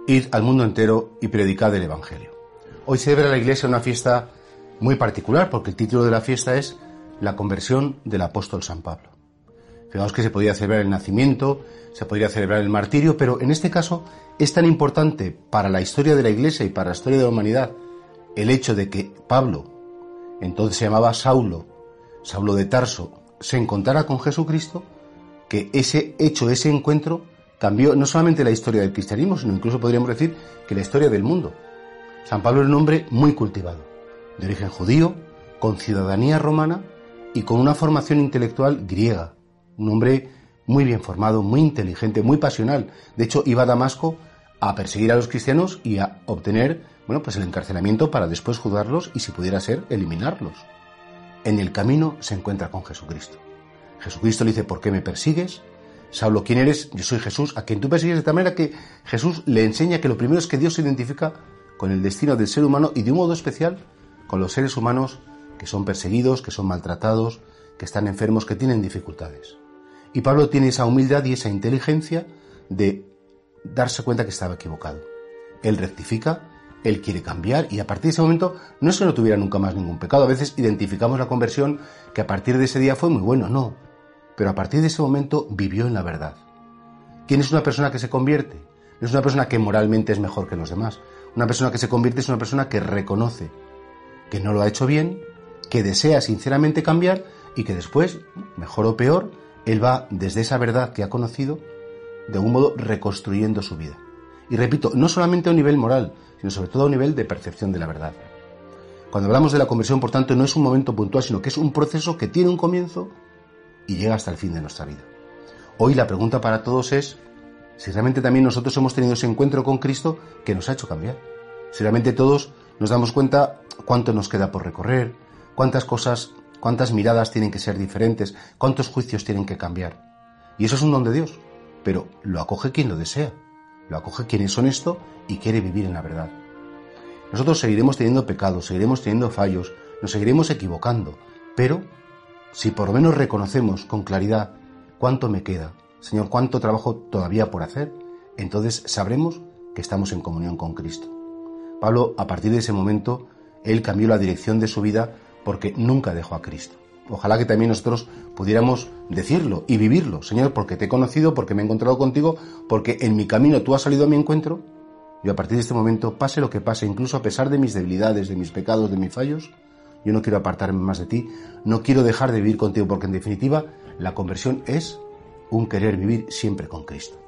Id al mundo entero y predicad el Evangelio. Hoy celebra la Iglesia una fiesta muy particular porque el título de la fiesta es la conversión del apóstol San Pablo. Fijaos que se podría celebrar el nacimiento, se podría celebrar el martirio, pero en este caso es tan importante para la historia de la Iglesia y para la historia de la humanidad el hecho de que Pablo, entonces se llamaba Saulo de Tarso, se encontrara con Jesucristo, que ese hecho, ese encuentro, cambió no solamente la historia del cristianismo, sino incluso podríamos decir que la historia del mundo. San Pablo era un hombre muy cultivado, de origen judío, con ciudadanía romana y con una formación intelectual griega. Un hombre muy bien formado, muy inteligente, muy pasional. De hecho, iba a Damasco a perseguir a los cristianos y a obtener, el encarcelamiento para después juzgarlos y, si pudiera ser, eliminarlos. En el camino se encuentra con Jesucristo. Jesucristo le dice: ¿por qué me persigues? Saulo, ¿quién eres? Yo soy Jesús, a quien tú persigues, de tal manera que Jesús le enseña que lo primero es que Dios se identifica con el destino del ser humano y de un modo especial con los seres humanos que son perseguidos, que son maltratados, que están enfermos, que tienen dificultades. Y Pablo tiene esa humildad y esa inteligencia de darse cuenta que estaba equivocado. Él rectifica, él quiere cambiar y a partir de ese momento no es que no tuviera nunca más ningún pecado. A veces identificamos la conversión que a partir de ese día fue muy bueno, no. Pero a partir de ese momento vivió en la verdad. ¿Quién es una persona que se convierte? No es una persona que moralmente es mejor que los demás. Una persona que se convierte es una persona que reconoce que no lo ha hecho bien, que desea sinceramente cambiar y que después, mejor o peor, él va desde esa verdad que ha conocido, de algún modo reconstruyendo su vida. Y repito, no solamente a un nivel moral, sino sobre todo a un nivel de percepción de la verdad. Cuando hablamos de la conversión, por tanto, no es un momento puntual, sino que es un proceso que tiene un comienzo y llega hasta el fin de nuestra vida. Hoy la pregunta para todos es si realmente también nosotros hemos tenido ese encuentro con Cristo que nos ha hecho cambiar. Si realmente todos nos damos cuenta cuánto nos queda por recorrer, cuántas cosas, cuántas miradas tienen que ser diferentes, cuántos juicios tienen que cambiar. Y eso es un don de Dios, pero lo acoge quien lo desea, lo acoge quien es honesto y quiere vivir en la verdad. Nosotros seguiremos teniendo pecados, seguiremos teniendo fallos, nos seguiremos equivocando, pero si por lo menos reconocemos con claridad cuánto me queda, Señor, cuánto trabajo todavía por hacer, entonces sabremos que estamos en comunión con Cristo. Pablo, a partir de ese momento, él cambió la dirección de su vida porque nunca dejó a Cristo. Ojalá que también nosotros pudiéramos decirlo y vivirlo. Señor, porque te he conocido, porque me he encontrado contigo, porque en mi camino tú has salido a mi encuentro. Yo a partir de este momento, pase lo que pase, incluso a pesar de mis debilidades, de mis pecados, de mis fallos, yo no quiero apartarme más de ti, no quiero dejar de vivir contigo, porque en definitiva la conversión es un querer vivir siempre con Cristo.